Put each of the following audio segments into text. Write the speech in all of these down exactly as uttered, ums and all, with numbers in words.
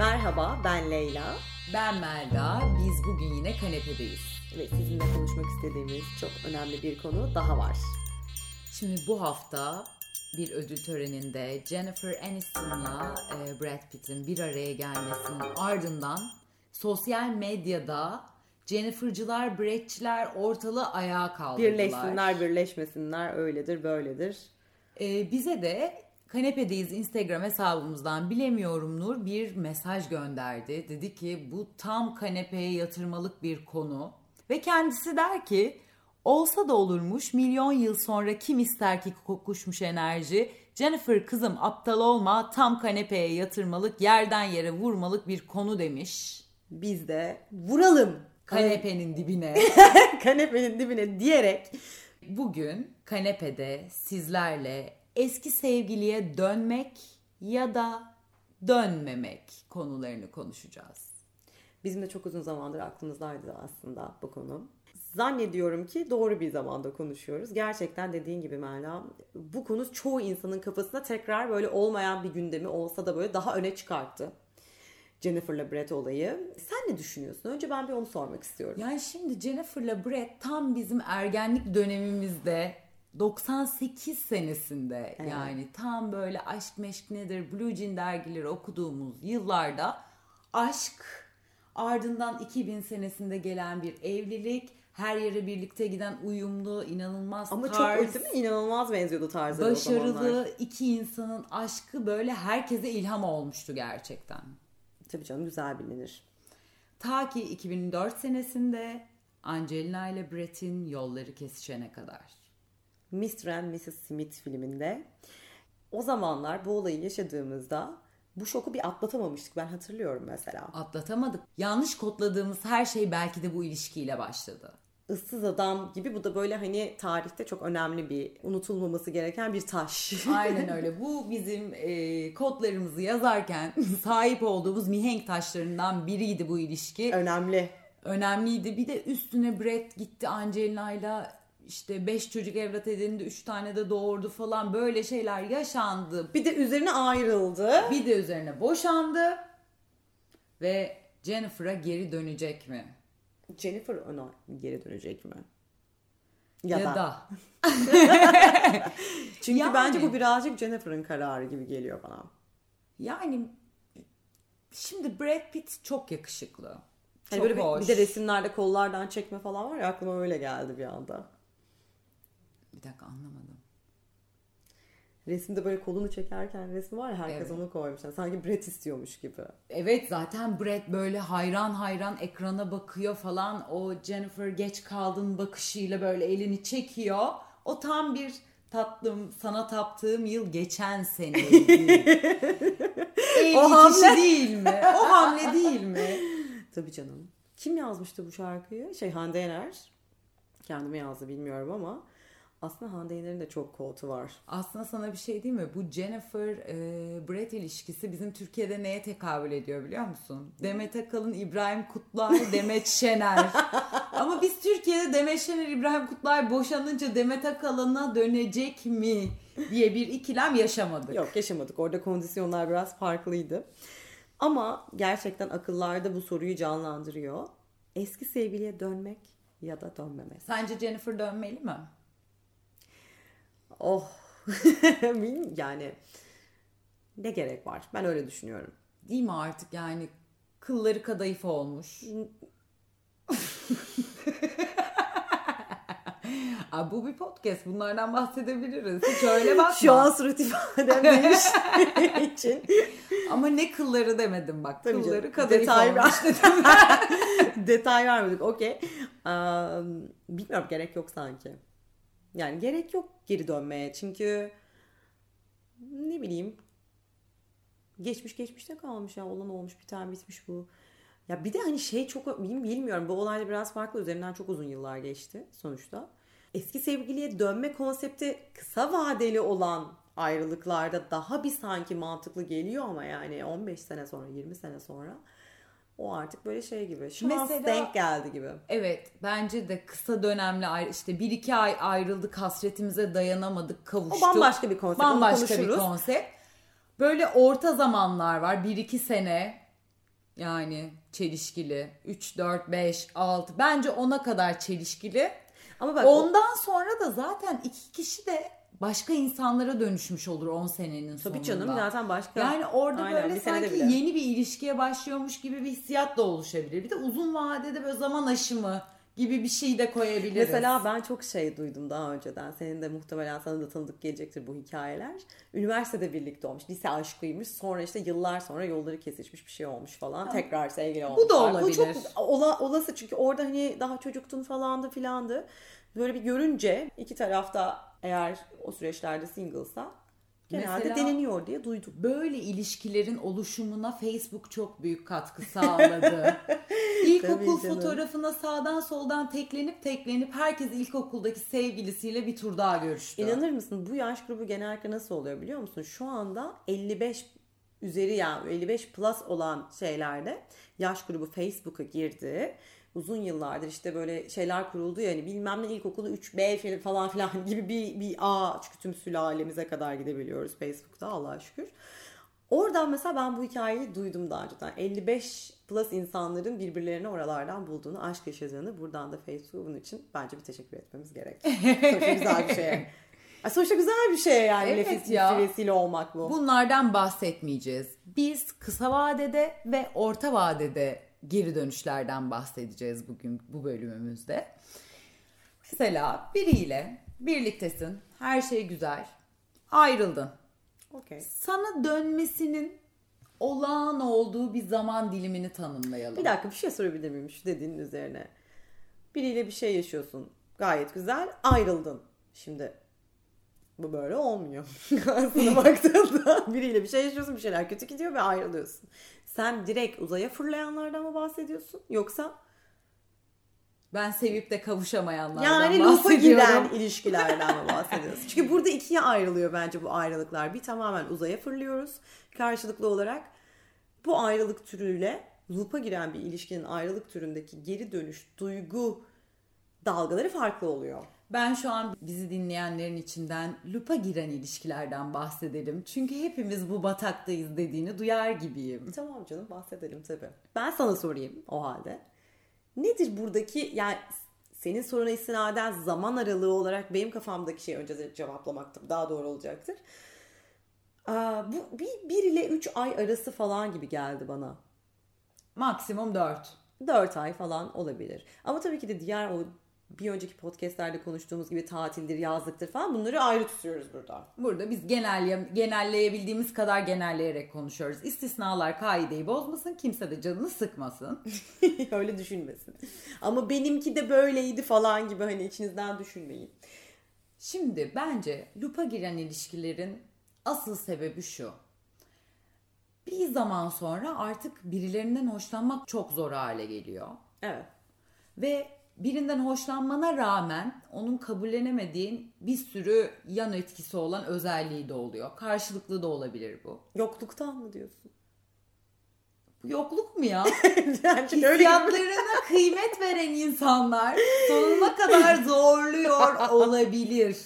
Merhaba, ben Leyla. Ben Melda. Biz bugün yine kanepedeyiz. Ve sizinle konuşmak istediğimiz çok önemli bir konu daha var. Şimdi bu hafta bir ödül töreninde Jennifer Aniston'la e, Brad Pitt'in bir araya gelmesinin ardından sosyal medyada Jennifer'cılar, Brad'çiler ortalığı ayağa kaldırdılar. Birleşsinler, birleşmesinler, öyledir, böyledir. E, bize de Kanepedeyiz Instagram hesabımızdan Bilemiyorum Nur bir mesaj gönderdi. Dedi ki bu tam kanepeye yatırmalık bir konu. Ve kendisi der ki olsa da olurmuş milyon yıl sonra kim ister ki kokuşmuş enerji. Jennifer kızım aptal olma, tam kanepeye yatırmalık, yerden yere vurmalık bir konu demiş. Biz de vuralım kanepenin dibine. kanepenin dibine diyerek bugün kanepede sizlerle eski sevgiliye dönmek ya da dönmemek konularını konuşacağız. Bizim de çok uzun zamandır aklımızdaydı aslında bu konu. Zannediyorum ki doğru bir zamanda konuşuyoruz. Gerçekten dediğin gibi Melda, bu konu çoğu insanın kafasında tekrar böyle olmayan bir gündemi olsa da böyle daha öne çıkarttı. Jennifer'la Brad olayı. Sen ne düşünüyorsun? Önce ben bir onu sormak istiyorum. Yani şimdi Jennifer'la Brad tam bizim ergenlik dönemimizde doksan sekiz senesinde evet. Yani tam böyle aşk meşk nedir, Blue Jean dergileri okuduğumuz yıllarda aşk, ardından iki bin senesinde gelen bir evlilik, her yere birlikte giden uyumlu, inanılmaz ama tarz. Ama çok değil mi? İnanılmaz benziyordu tarzları o zamanlar. Başarılı iki insanın aşkı böyle herkese ilham olmuştu gerçekten. Tabii canım, güzel bilinir. Ta ki iki bin dört senesinde Angelina ile Brad'in yolları kesişene kadar. mister and missus Smith filminde o zamanlar bu olayı yaşadığımızda bu şoku bir atlatamamıştık. Ben hatırlıyorum mesela. Atlatamadık. Yanlış kodladığımız her şey belki de bu ilişkiyle başladı. Issız Adam gibi bu da böyle hani tarihte çok önemli bir, unutulmaması gereken bir taş. Aynen öyle. Bu bizim e, kodlarımızı yazarken sahip olduğumuz mihenk taşlarından biriydi bu ilişki. Önemli. Önemliydi. Bir de üstüne Brad gitti Angelina'yla işte beş çocuk evlat edindi, üç tane de doğurdu falan, böyle şeyler yaşandı. Bir de üzerine ayrıldı. Bir de üzerine boşandı. Ve Jennifer'a geri dönecek mi? Jennifer ona geri dönecek mi? Ya, ya da. da. Çünkü yani, bence bu birazcık Jennifer'ın kararı gibi geliyor bana. Yani şimdi Brad Pitt çok yakışıklı. Hani çok böyle hoş. Bir, bir de resimlerde kollardan çekme falan var ya, aklıma öyle geldi bir anda. Bir dakika, anlamadım. Resimde böyle kolunu çekerken resmi var ya, herkes evet. onu koymuş. Yani sanki Brad istiyormuş gibi. Evet, zaten Brad böyle hayran hayran ekrana bakıyor falan. O Jennifer geç kaldın bakışıyla böyle elini çekiyor. O tam bir tatlım, sana taptığım yıl geçen seneydi. Ey, o hamle değil mi? O hamle değil mi? Tabii canım. Kim yazmıştı bu şarkıyı? Şey, Hande Yener. Kendime yazdı bilmiyorum ama aslında Hande Yener'in de çok koltuğu var. Aslında sana bir şey diyeyim mi? Bu Jennifer e, Brad ilişkisi bizim Türkiye'de neye tekabül ediyor biliyor musun? Demet Akalın, İbrahim Kutlay, Demet Şener. Ama biz Türkiye'de Demet Şener, İbrahim Kutlay boşanınca Demet Akalın'a dönecek mi diye bir ikilem yaşamadık. Yok, yaşamadık. Orada kondisyonlar biraz farklıydı. Ama gerçekten akıllarda bu soruyu canlandırıyor. Eski sevgiliye dönmek ya da dönmemek. Sence Jennifer dönmeli mi? Oh. Yani ne gerek var? Ben öyle düşünüyorum. Değil mi artık, yani kılları kadayıf olmuş. Abi bu bir podcast. Bunlardan bahsedebiliriz. Hiç öyle bakma. Şu an surat ifadem değiştiği için. Ama ne kılları demedim bak. Tabii kılları canım. kadayıf Detay olmuş dedim. Detay vermedik. Okey. Um, bilmiyorum, gerek yok sanki. Yani gerek yok geri dönmeye. Çünkü ne bileyim, geçmiş geçmişte kalmış ya. Olan olmuş, biten bitmiş bu. Ya bir de hani şey çok bilmiyorum. Bu olayda biraz farklı. Üzerinden çok uzun yıllar geçti sonuçta. Eski sevgiliye dönme konsepti kısa vadeli olan ayrılıklarda daha bir sanki mantıklı geliyor ama yani on beş sene sonra, yirmi sene sonra o artık böyle şey gibi. Şans mesela, denk geldi gibi. Evet, bence de kısa dönemli ayrı, işte bir iki ay ayrıldık, hasretimize dayanamadık, kavuştuk. O bambaşka bir konsept. Bambaşka bir konsept. Böyle orta zamanlar var, bir iki sene. Yani çelişkili. üç, dört, beş, altı. Bence ona kadar çelişkili. Ama bak, ondan sonra da zaten iki kişi de başka insanlara dönüşmüş olur on senenin tabii sonunda. Tabii canım, zaten başka. Yani orada Aynen, böyle bir senede sanki bile. yeni bir ilişkiye başlıyormuş gibi bir hissiyat da oluşabilir. Bir de uzun vadede böyle zaman aşımı gibi bir şey de koyabiliriz. Mesela ben çok şey duydum daha önceden. Senin de muhtemelen, sana da tanıdık gelecektir bu hikayeler. Üniversitede birlikte olmuş. Lise aşkıymış. Sonra işte yıllar sonra yolları kesişmiş, bir şey olmuş falan. Tekrar sevgili olmuşlar. Bu da olabilir. Bu çok ola, olası, çünkü orada hani daha çocuktun falandı filandı. Böyle bir görünce iki tarafta eğer o süreçlerde single'sa genelde Mesela deneniyor diye duydum. Böyle ilişkilerin oluşumuna Facebook çok büyük katkı sağladı. İlkokul fotoğrafına sağdan soldan teklenip teklenip herkes ilkokuldaki sevgilisiyle bir tur daha görüştü. İnanır mısın, bu yaş grubu genellikle nasıl oluyor biliyor musun? Şu anda elli beş üzeri, yani elli beş plus olan şeylerde yaş grubu Facebook'a girdi. Uzun yıllardır işte böyle şeyler kuruldu ya, hani bilmem ne ilkokulu üç B falan filan gibi bir, bir A, çünkü tüm sülalemize kadar gidebiliyoruz Facebook'ta Allah'a şükür. Oradan mesela ben bu hikayeyi duydum daha önceden. elli beş plus insanların birbirlerini oralardan bulduğunu, aşk yaşadığını, buradan da Facebook'a bunun için bence bir teşekkür etmemiz gerek. Sonuçta güzel bir şey. Sonuçta güzel bir şey yani. Evet nefis ya. bir vesile olmak bu. Bunlardan bahsetmeyeceğiz. Biz kısa vadede ve orta vadede geri dönüşlerden bahsedeceğiz bugün bu bölümümüzde. Mesela biriyle birliktesin, her şey güzel, ayrıldın. Okay. Sana dönmesinin olağan olduğu bir zaman dilimini tanımlayalım. Bir dakika, bir şey sorabilir miyim şu dediğinin üzerine? Biriyle bir şey yaşıyorsun, gayet güzel, ayrıldın. Şimdi bu böyle olmuyor. Aslına baktığında biriyle bir şey yaşıyorsun, bir şeyler kötü gidiyor ve ayrılıyorsun. Sen direkt uzaya fırlayanlardan mı bahsediyorsun? Yoksa ben sevip de kavuşamayanlardan yani bahsediyorum. Yani lupa giden ilişkilerden mi bahsediyorsun? Çünkü burada ikiye ayrılıyor bence bu ayrılıklar. Bir, tamamen uzaya fırlıyoruz karşılıklı olarak. Bu ayrılık türüyle lupa giren bir ilişkinin ayrılık türündeki geri dönüş duygu dalgaları farklı oluyor. Ben şu an bizi dinleyenlerin içinden lupa giren ilişkilerden bahsedelim. Çünkü hepimiz bu bataktayız dediğini duyar gibiyim. Tamam canım, bahsedelim tabii. Ben sana sorayım o halde. Nedir buradaki, yani senin soruna istinaden zaman aralığı olarak benim kafamdaki şeyi önce cevaplamaktır. Daha doğru olacaktır. Aa, bu bir, bir ile üç ay arası falan gibi geldi bana. Maksimum dört. Dört ay falan olabilir. Ama tabii ki de diğer o bir önceki podcastlerde konuştuğumuz gibi tatildir, yazlıktır falan, bunları ayrı tutuyoruz burada. Burada biz genel, genelleyebildiğimiz kadar genelleyerek konuşuyoruz. İstisnalar kaideyi bozmasın, kimse de canını sıkmasın. Öyle düşünmesin. Ama benimki de böyleydi falan gibi, hani içinizden düşünmeyin. Şimdi bence lupa giren ilişkilerin asıl sebebi şu. Bir zaman sonra artık birilerinden hoşlanmak çok zor hale geliyor. Evet. Ve birinden hoşlanmana rağmen onun kabullenemediğin bir sürü yan etkisi olan özelliği de oluyor. Karşılıklı da olabilir bu. Yokluktan mı diyorsun? Bu yokluk mu ya? Yani hissiyatlarına kıymet veren insanlar sonuna kadar zorluyor olabilir.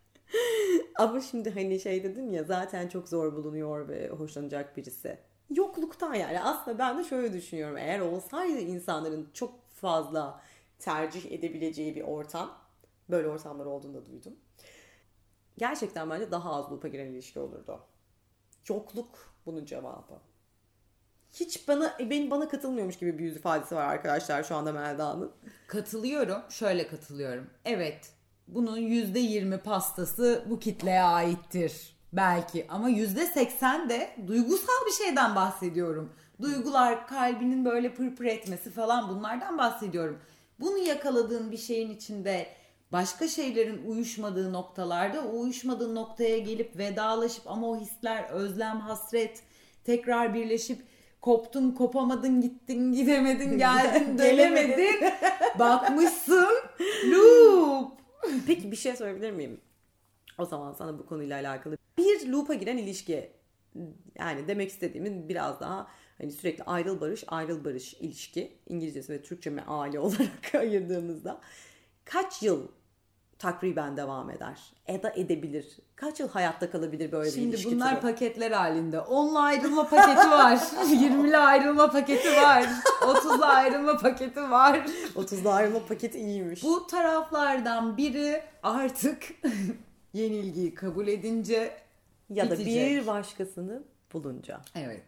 Ama şimdi hani şey dedin ya, zaten çok zor bulunuyor ve hoşlanacak birisi. Yokluktan yani. Aslında ben de şöyle düşünüyorum. Eğer olsaydı insanların çok fazla tercih edebileceği bir ortam, böyle ortamlar olduğunu da duydum. Gerçekten bence daha az loop'a giren ilişki olurdu. Yokluk bunun cevabı. Hiç bana benim bana katılmıyormuş gibi bir yüz ifadesi var arkadaşlar şu anda Melda'nın. Katılıyorum. Şöyle katılıyorum. Evet. Bunun yüzde yirmi pastası bu kitleye aittir. Belki. Ama yüzde seksen de duygusal bir şeyden bahsediyorum. Duygular, kalbinin böyle pırpır etmesi falan, bunlardan bahsediyorum. Bunu yakaladığın bir şeyin içinde başka şeylerin uyuşmadığı noktalarda, o uyuşmadığı noktaya gelip vedalaşıp ama o hisler, özlem, hasret tekrar birleşip koptun, kopamadın, gittin, gidemedin, geldin, dönemedin. Bakmışsın. Loop. Peki bir şey sorabilir miyim? O zaman sana bu konuyla alakalı. Bir loop'a giren ilişki, yani demek istediğimiz biraz daha hani sürekli ayrıl barış ayrıl barış ilişki, İngilizcesi ve Türkçe meali olarak ayırdığımızda kaç yıl takriben devam eder. Eda edebilir. Kaç yıl hayatta kalabilir böyle bir Şimdi ilişki bunlar türü? paketler halinde. onla ayrılma paketi var. yirmili ayrılma paketi var. otuzla ayrılma paketi var. otuzda ayrılma paketi iyiymiş. Bu taraflardan biri artık yenilgiyi kabul edince ya da bitecek. bir başkasını bulunca. Evet.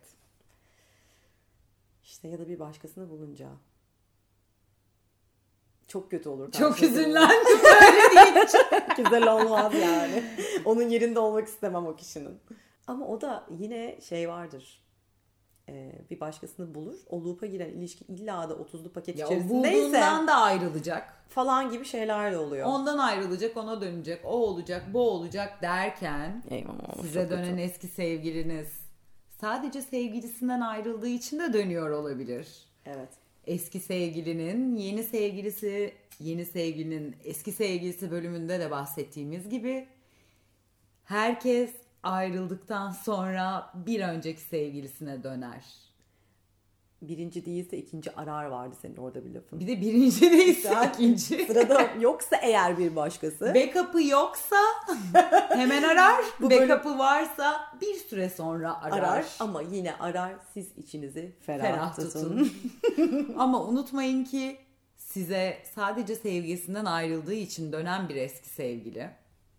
İşte ya da bir başkasını bulunca. Çok kötü olur. Çok üzünlendim böyle değil. Çok güzel olmaz yani. Onun yerinde olmak istemem o kişinin. Ama o da yine şey vardır. Ee, bir başkasını bulur. O loop'a giren ilişki illa da otuzlu paket Ya o içerisindeyse bulduğundan da ayrılacak. falan gibi şeyler de oluyor. Ondan ayrılacak, ona dönecek, o olacak, bu olacak derken Eyvallah, size dönen kötü. Eski sevgiliniz sadece sevgilisinden ayrıldığı için de dönüyor olabilir. Evet. Eski sevgilinin yeni sevgilisi, yeni sevgilinin eski sevgilisi bölümünde de bahsettiğimiz gibi herkes ayrıldıktan sonra bir önceki sevgilisine döner. Birinci değilse ikinci arar vardı senin orada bir lafın. Bir de birinci değilse ikinci. Sırada yoksa eğer bir başkası. Backup'ı yoksa hemen arar. Bu Backup'ı bölüm... varsa bir süre sonra arar. Arar ama yine arar, siz içinizi ferah, ferah tutun. tutun. Ama unutmayın ki size sadece sevgisinden ayrıldığı için dönen bir eski sevgili.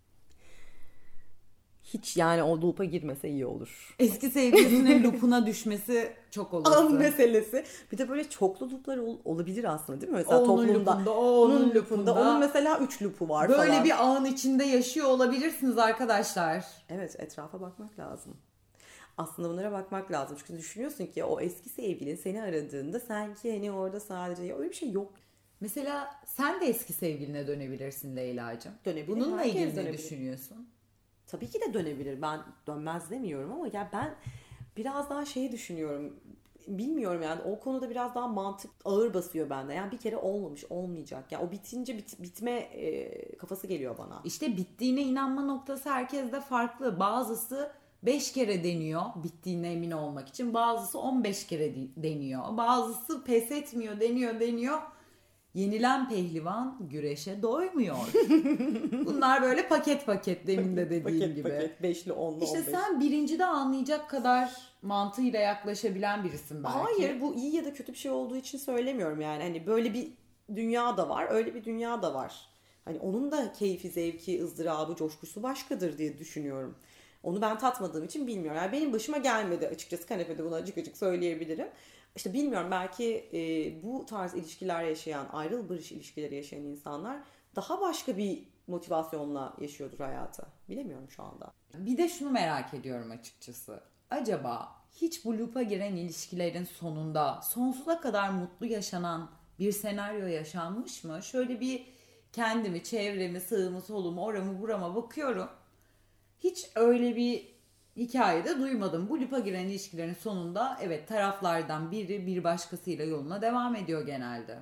Hiç yani o loop'a girmese iyi olur. Eski sevgilisinin loop'una düşmesi çok olası. An meselesi. Bir de böyle çoklu loop'lar ol, olabilir aslında değil mi? Mesela o onun toplumda. Loop'unda, o onun, onun loop'unda. Onun mesela üç loop'u var böyle falan. Böyle bir ağın içinde yaşıyor olabilirsiniz arkadaşlar. Evet, etrafa bakmak lazım. Aslında bunlara bakmak lazım. Çünkü düşünüyorsun ki o eski sevgilin seni aradığında sanki hani orada sadece ya öyle bir şey yok. Mesela sen de eski sevgiline dönebilirsin Leyla'cığım. Dönebilir. Bununla Herkes ilgili ne dönebilir. düşünüyorsun? Tabii ki de dönebilir. Ben dönmez demiyorum ama ya ben biraz daha şeyi düşünüyorum. Bilmiyorum yani o konuda biraz daha mantık ağır basıyor bende. Yani bir kere olmamış, olmayacak. Yani o bitince bit, bitme e, kafası geliyor bana. İşte bittiğine inanma noktası herkeste farklı. Bazısı beş kere deniyor bittiğine emin olmak için. Bazısı on beş kere deniyor. Bazısı pes etmiyor, deniyor, deniyor. Yenilen pehlivan güreşe doymuyor. Bunlar böyle paket paket demin de dediğim paket, gibi. Paket beşli onlu İşte on beş. sen birincide anlayacak kadar mantığıyla yaklaşabilen birisin belki. Hayır, bu iyi ya da kötü bir şey olduğu için söylemiyorum yani. Hani böyle bir dünya da var, öyle bir dünya da var. Hani onun da keyfi, zevki, ızdırabı, coşkusu başkadır diye düşünüyorum. Onu ben tatmadığım için bilmiyorum. Yani benim başıma gelmedi açıkçası, kanepede bunu açık açık söyleyebilirim. İşte bilmiyorum, belki e, bu tarz ilişkiler yaşayan, ayrıl barış ilişkileri yaşayan insanlar daha başka bir motivasyonla yaşıyordur hayatı. Bilemiyorum şu anda. Bir de şunu merak ediyorum açıkçası. Acaba hiç bu loop'a giren ilişkilerin sonunda sonsuza kadar mutlu yaşanan bir senaryo yaşanmış mı? Şöyle bir kendimi, çevremi, sağımı, solumu, oramı, burama bakıyorum. Hiç öyle bir hikayede duymadım. Bu loop'a giren ilişkilerin sonunda evet taraflardan biri bir başkasıyla yoluna devam ediyor genelde.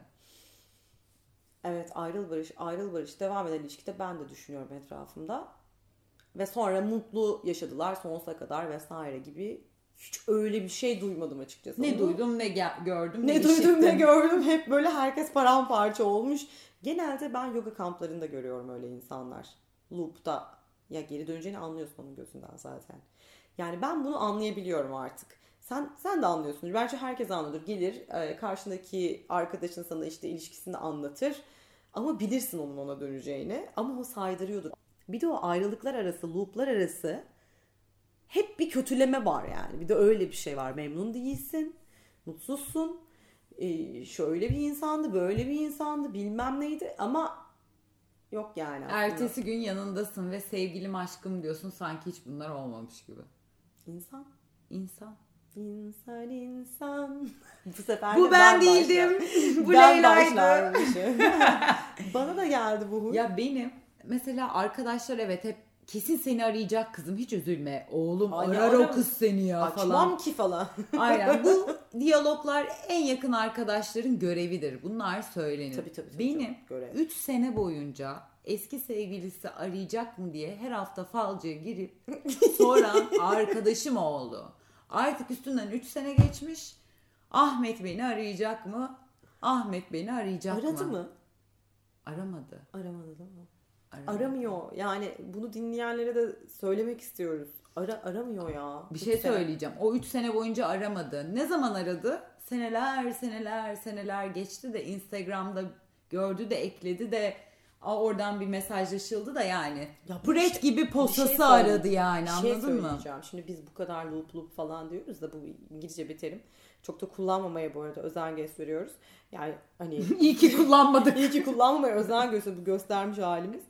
Evet, ayrıl barış, ayrıl barış devam eden ilişkide ben de düşünüyorum etrafımda. Ve sonra mutlu yaşadılar sonsuza kadar vesaire gibi. Hiç öyle bir şey duymadım açıkçası. Ne Onu, duydum, ne ge- gördüm, ne, ne duydum, işittim. ne gördüm. Hep böyle herkes paramparça olmuş. Genelde ben yoga kamplarında görüyorum öyle insanlar. Loop'ta. Ya geri döneceğini anlıyorsun onun gözünden zaten. Yani ben bunu anlayabiliyorum artık. Sen sen de anlıyorsun. Bence herkes anlıyordur. Gelir karşındaki arkadaşın sana işte ilişkisini anlatır. Ama bilirsin onun ona döneceğini. Ama o saydırıyordur. Bir de o ayrılıklar arası, loop'lar arası hep bir kötüleme var yani. Bir de öyle bir şey var. Memnun değilsin. Mutsuzsun. Ee, şöyle bir insandı, böyle bir insandı, bilmem neydi. Ama yok yani. Aslında. Ertesi gün yanındasın ve sevgilim aşkım diyorsun, sanki hiç bunlar olmamış gibi. İnsan. İnsan. İnsan insan. Bu sefer bu de ben, ben değildim. Bu ben Leyla'ydı. Bana da geldi bu huy. Ya benim mesela arkadaşlar evet hep kesin seni arayacak kızım, hiç üzülme oğlum, Ay, arar aram- o kız seni ya Açmam falan. ki falan. Aynen, bu diyaloglar en yakın arkadaşların görevidir. Bunlar söylenir. Tabii, tabii, tabii, benim görev. üç sene boyunca eski sevgilisi arayacak mı diye her hafta falcıya girip soran arkadaşım oldu. Artık üstünden üç sene geçmiş. Ahmet beni arayacak mı? Ahmet beni arayacak mı? Aradı mı? Aramadı. Aramadı değil mi? Aramıyor. Aramıyor. Yani bunu dinleyenlere de söylemek istiyoruz. Ara, aramıyor ya. Bir şey söyleyeceğim. O üç sene boyunca aramadı. Ne zaman aradı? Seneler seneler seneler geçti de Instagram'da gördü de ekledi de oradan bir mesajlaşıldı da yani. Ya Pret şey, gibi posası şey aradı yani, bir anladın şey mı? Şimdi biz bu kadar loop loop falan diyoruz da bu İngilizce bir terim. Çok da kullanmamaya bu arada özen gösteriyoruz. Yani hani iyi ki kullanmadık. İyi ki kullanmamaya özen gösteriyoruz. Bu göstermiş halimiz.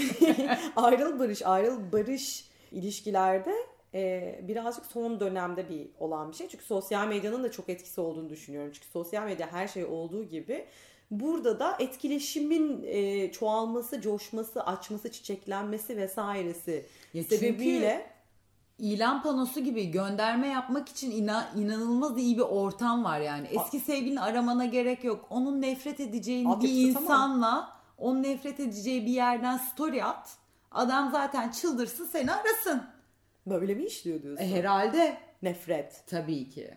ayrıl barış, ayrıl barış ilişkilerde e, birazcık son dönemde bir olan bir şey. Çünkü sosyal medyanın da çok etkisi olduğunu düşünüyorum. Çünkü sosyal medya her şey olduğu gibi burada da etkileşimin e, çoğalması, coşması, açması, çiçeklenmesi vesairesi ya sebebiyle ilan panosu gibi gönderme yapmak için ina, inanılmaz iyi bir ortam var yani. Eski sevgilini aramana gerek yok. Onun nefret edeceğin At bir yapısı, insanla tamam. onun nefret edeceği bir yerden story at. Adam zaten çıldırsın, seni arasın. Böyle mi işliyor diyorsun? E, herhalde. Nefret. Tabii ki.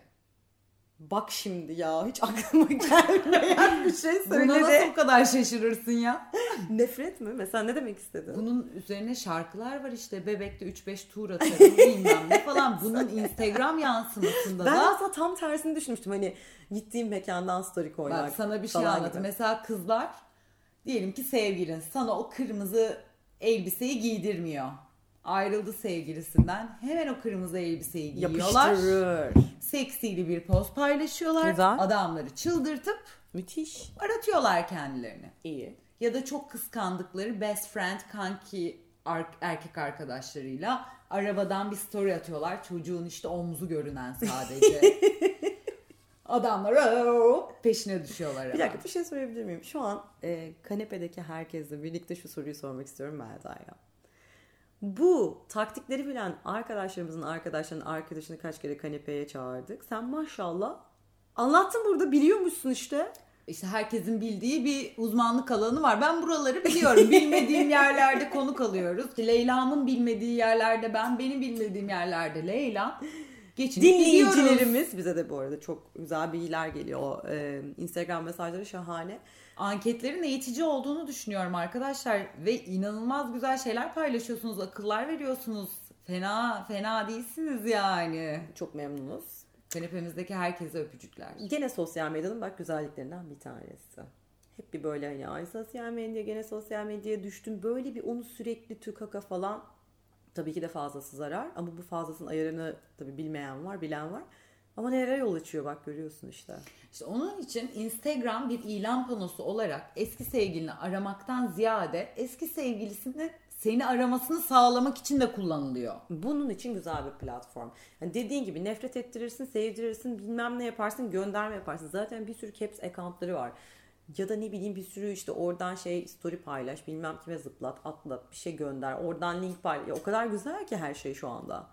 Bak şimdi ya hiç aklıma gelmeyen bir şey söyledi. Buna nasıl o kadar şaşırırsın ya? Nefret mi? Mesela ne demek istedin? Bunun üzerine şarkılar var işte. Bebek'te üç beş tur atarım bilmem ne falan. Bunun Instagram yansımasında ben da. Ben aslında tam tersini düşünmüştüm. Hani gittiğim mekandan story koymak. Bak sana bir şey anlatayım. Mesela kızlar diyelim ki sevgilin sana o kırmızı elbiseyi giydirmiyor. Ayrıldı sevgilisinden. Hemen o kırmızı elbiseyi giyiyorlar. Yapıştırır. Seksili bir poz paylaşıyorlar. Güzel. Adamları çıldırtıp müthiş aratıyorlar kendilerini. İyi. Ya da çok kıskandıkları best friend kanki erkek arkadaşlarıyla arabadan bir story atıyorlar. Çocuğun işte omzu görünen sadece. Adamlar peşine düşüyorlar. Bir dakika bir şey sorabilir miyim? Şu an e, kanepedeki herkesle birlikte şu soruyu sormak istiyorum Melda'ya. Bu taktikleri bilen arkadaşlarımızın arkadaşlarının arkadaşını kaç kere kanepeye çağırdık. Sen maşallah anlattın burada, biliyormuşsun işte. İşte herkesin bildiği bir uzmanlık alanı var. Ben buraları biliyorum. Bilmediğim yerlerde konuk alıyoruz. Leyla'nın bilmediği yerlerde ben, benim bilmediğim yerlerde Leyla. Dinleyicilerimiz bize de bu arada çok güzel bilgiler geliyor. Ee, Instagram mesajları şahane. Anketlerin eğitici olduğunu düşünüyorum arkadaşlar ve inanılmaz güzel şeyler paylaşıyorsunuz, akıllar veriyorsunuz. Fena fena değilsiniz yani. Çok memnunuz. Kanepemizdeki herkese öpücükler. Gene sosyal medyanın bak güzelliklerinden bir tanesi. Hep bir böyle hani ay sosyal medya, gene sosyal medyaya düştüm. Böyle bir onu sürekli tükaka falan. Tabii ki de fazlası zarar ama bu fazlasının ayarını tabii bilmeyen var, bilen var. Ama nereye yol açıyor bak, görüyorsun işte. İşte onun için Instagram bir ilan panosu olarak eski sevgilini aramaktan ziyade eski sevgilisini seni aramasını sağlamak için de kullanılıyor. Bunun için güzel bir platform. Yani dediğin gibi nefret ettirirsin, sevdirirsin, bilmem ne yaparsın, gönderme yaparsın. Zaten bir sürü caps accountları var. Ya da ne bileyim bir sürü işte oradan şey story paylaş, bilmem kime zıplat, atlat, bir şey gönder, oradan link paylaş. Ya o kadar güzel ki her şey şu anda.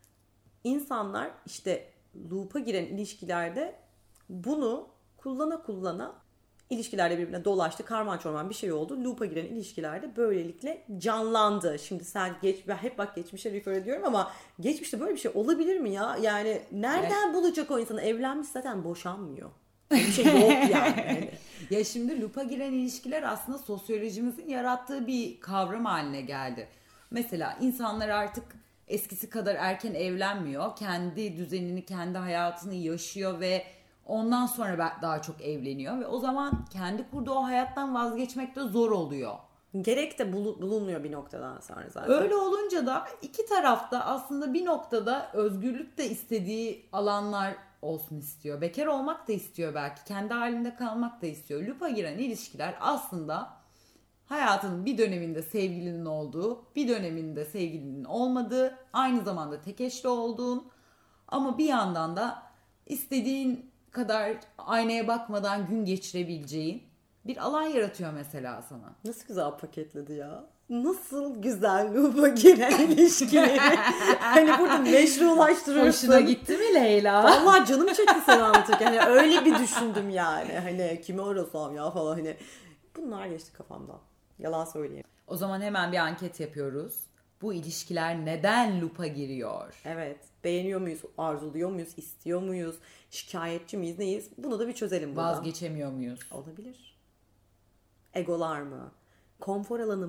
İnsanlar işte loop'a giren ilişkilerde bunu kullana kullana ilişkilerde birbirine dolaştı, karman çorman bir şey oldu. Loop'a giren ilişkilerde böylelikle canlandı. Şimdi sen geç, ben hep bak geçmişe refer ediyorum ama geçmişte böyle bir şey olabilir mi ya? Yani nereden evet. bulacak o insanı? Evlenmiş zaten boşanmıyor. Bir şey yok yani. Ya şimdi loop'a giren ilişkiler aslında sosyolojimizin yarattığı bir kavram haline geldi. Mesela insanlar artık eskisi kadar erken evlenmiyor. Kendi düzenini, kendi hayatını yaşıyor ve ondan sonra daha çok evleniyor. Ve o zaman kendi kurduğu o hayattan vazgeçmek de zor oluyor. Gerek de bulunmuyor bir noktadan sonra zaten. Öyle olunca da iki tarafta aslında bir noktada özgürlük de istediği alanlar olsun istiyor. Bekar olmak da istiyor belki. Kendi halinde kalmak da istiyor. Loop'a giren ilişkiler aslında hayatının bir döneminde sevgilinin olduğu, bir döneminde sevgilinin olmadığı, aynı zamanda tek eşli olduğun ama bir yandan da istediğin kadar aynaya bakmadan gün geçirebileceğin bir alan yaratıyor mesela sana. Nasıl güzel paketledi ya. Nasıl güzel loop'a giren ilişkileri. Hani burada meşrulaştırıyorsun. Hoşuna gitti mi Leyla? Vallahi canım çekti sen anlatırken. Yani öyle bir düşündüm yani. Hani kimi arasam ya falan hani. Bunlar geçti kafamdan. Yalan söyleyeyim. O zaman hemen bir anket yapıyoruz. Bu ilişkiler neden loop'a giriyor? Evet. Beğeniyor muyuz? Arzuluyor muyuz? İstiyor muyuz? Şikayetçi miyiz? Neyiz? Bunu da bir çözelim burada. Vazgeçemiyor muyuz? Olabilir. Egolar mı? Konfor alanı mı?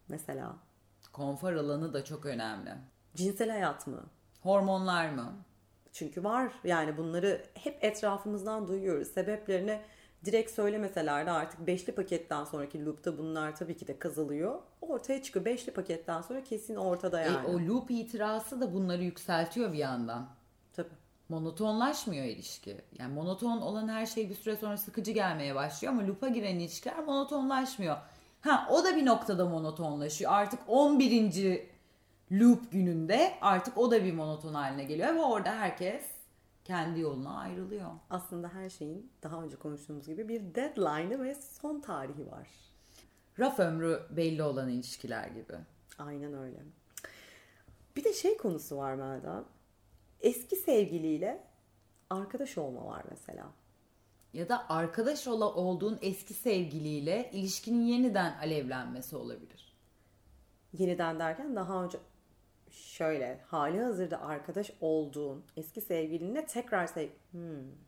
mesela? Konfor alanı da çok önemli. Cinsel hayat mı? Hormonlar mı? Çünkü var yani bunları hep etrafımızdan duyuyoruz. Sebeplerini direkt söylemeseler de artık beşli paketten sonraki loop'ta bunlar tabii ki de kazılıyor. Ortaya çıkıyor. Beşli paketten sonra kesin ortada yani. E, o loop itirazı da bunları yükseltiyor bir yandan. Tabii. Monotonlaşmıyor ilişki. Yani monoton olan her şey bir süre sonra sıkıcı gelmeye başlıyor ama loop'a giren ilişkiler monotonlaşmıyor. Ha, o da bir noktada monotonlaşıyor. Artık on birinci loop gününde artık o da bir monoton haline geliyor ve orada herkes kendi yoluna ayrılıyor. Aslında her şeyin daha önce konuştuğumuz gibi bir deadline'ı ve son tarihi var. Raf ömrü belli olan ilişkiler gibi. Aynen öyle. Bir de şey konusu var Melda. Eski sevgiliyle arkadaş olma var mesela. Ya da arkadaş ol- olduğun eski sevgiliyle ilişkinin yeniden alevlenmesi olabilir. Yeniden derken daha önce şöyle hali hazırda arkadaş olduğun eski sevgilinle tekrar sev... Hmm.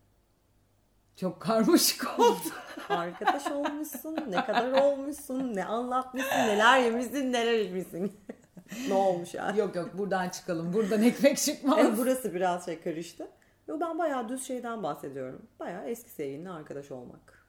Çok karmaşık oldu. Arkadaş olmuşsun, ne kadar olmuşsun, ne anlatmışsın, neler yemişsin, neler içmişsin. Ne olmuş yani? Yok yok buradan çıkalım. Buradan ekmek çıkmaz. Evet, burası biraz şey karıştı. Yo, ben bayağı düz şeyden bahsediyorum. Bayağı eski sevgilinle arkadaş olmak.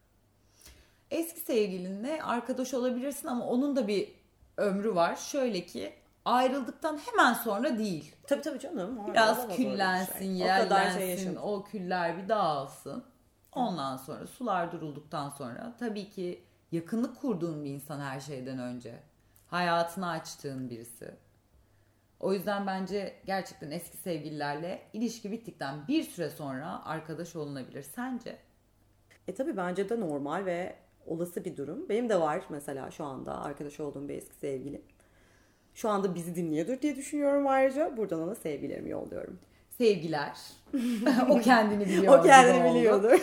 Eski sevgilinle arkadaş olabilirsin ama onun da bir ömrü var. Şöyle ki ayrıldıktan hemen sonra değil. Tabii tabii canım. Biraz küllensin, şey. yerlensin, o, o küller bir dağılsın. Ondan sonra sular durulduktan sonra tabii ki yakınlık kurduğun bir insan her şeyden önce. Hayatını açtığın birisi. O yüzden bence gerçekten eski sevgililerle ilişki bittikten bir süre sonra arkadaş olunabilir. Sence? E tabii bence de normal ve olası bir durum. Benim de var mesela şu anda arkadaş olduğum bir eski sevgilim. Şu anda bizi dinliyordur diye düşünüyorum ayrıca. Buradan ona sevgilerimi yolluyorum. Sevgiler. O kendini biliyor. O kendini biliyordur.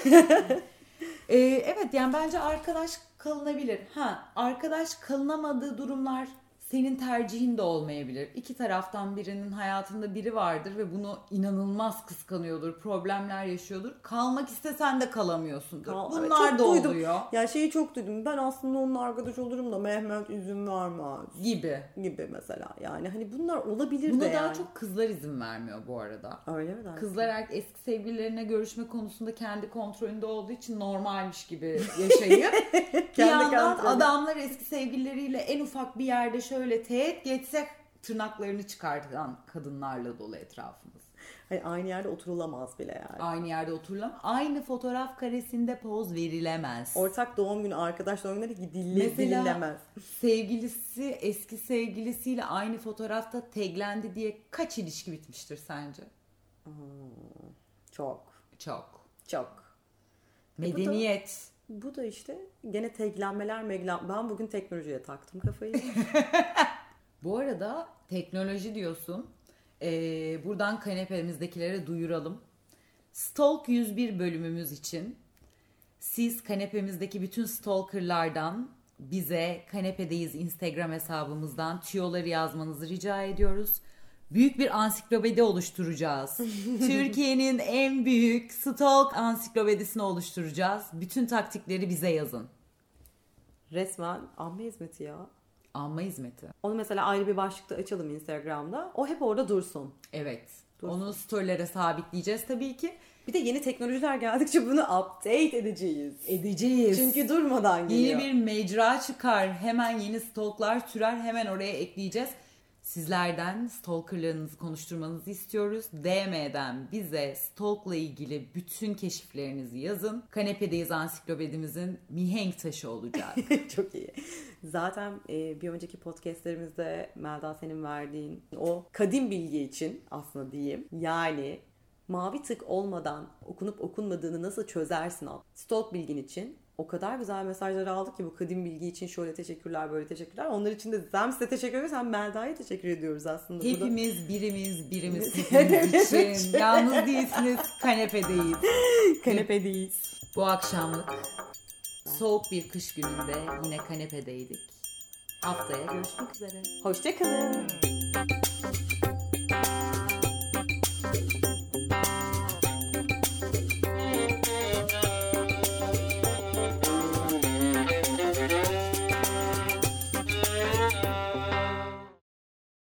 ee, evet yani bence arkadaş kalınabilir. Ha, arkadaş kalınamadığı durumlar senin tercihin de olmayabilir. İki taraftan birinin hayatında biri vardır ve bunu inanılmaz kıskanıyordur. Problemler yaşıyordur. Kalmak istesen de kalamıyorsundur. Kal- Bunlar çok da duydum. oluyor. Ya şeyi çok duydum. Ben aslında onunla arkadaş olurum da Mehmet izin vermez. Gibi. Gibi mesela. Yani hani bunlar olabilir Buna de daha yani. çok kızlar izin vermiyor bu arada. Öyle mi dersin? Kızlar er- eski sevgililerine görüşme konusunda kendi kontrolünde olduğu için normalmiş gibi yaşayıp bir yandan kontrolü. adamlar eski sevgilileriyle en ufak bir yerde şöyle teğet geçse tırnaklarını çıkartan kadınlarla dolu etrafımız. Hani aynı yerde oturulamaz bile yani. Aynı yerde oturulamaz. Aynı fotoğraf karesinde poz verilemez. Ortak doğum günü, arkadaş doğum günleri dille, Mesela dililemez. sevgilisi eski sevgilisiyle aynı fotoğrafta taglendi diye kaç ilişki bitmiştir sence? Hmm, çok. Çok. Çok. Medeniyet. Bu da, bu da işte gene teklenmeler meglen. Ben bugün teknolojiye taktım kafayı. Bu arada teknoloji diyorsun. Ee, buradan kanepemizdekilere duyuralım. Stalk yüz bir bölümümüz için siz kanepemizdeki bütün stalkerlardan bize Kanepedeyiz Instagram hesabımızdan tüyoları yazmanızı rica ediyoruz. Büyük bir ansiklopedi oluşturacağız. Türkiye'nin en büyük stalk ansiklopedisini oluşturacağız. Bütün taktikleri bize yazın. Resmen amme hizmeti ya. Anma hizmeti. Onu mesela ayrı bir başlıkta açalım Instagram'da. O hep orada dursun. Evet. Dursun. Onu storylere sabitleyeceğiz tabii ki. Bir de yeni teknolojiler geldikçe bunu update edeceğiz. Edeceğiz. Çünkü durmadan geliyor. Yeni bir mecra çıkar. Hemen yeni stalklar türer. Hemen oraya ekleyeceğiz. Sizlerden stalkerlarınızı konuşturmanızı istiyoruz. D M'den bize stalkla ilgili bütün keşiflerinizi yazın. Kanepedeyiz ansiklopedimizin mihenk taşı olacak. Çok iyi. Zaten e, bir önceki podcastlerimizde Melda senin verdiğin o kadim bilgi için aslında diyeyim. Yani mavi tık olmadan okunup okunmadığını nasıl çözersin al. Stalk bilgin için o kadar güzel mesajlar aldık ki bu kadim bilgi için şöyle teşekkürler böyle teşekkürler. Onlar için de hem size teşekkür ediyoruz hem Melda'ya teşekkür ediyoruz aslında. Hepimiz burada... birimiz birimiz hepimiz için. Yalnız değilsiniz, kanepedeyiz. Kanepedeyiz. Bu akşamlık soğuk bir kış gününde yine kanepedeydik. Haftaya görüşmek üzere. Hoşça kalın.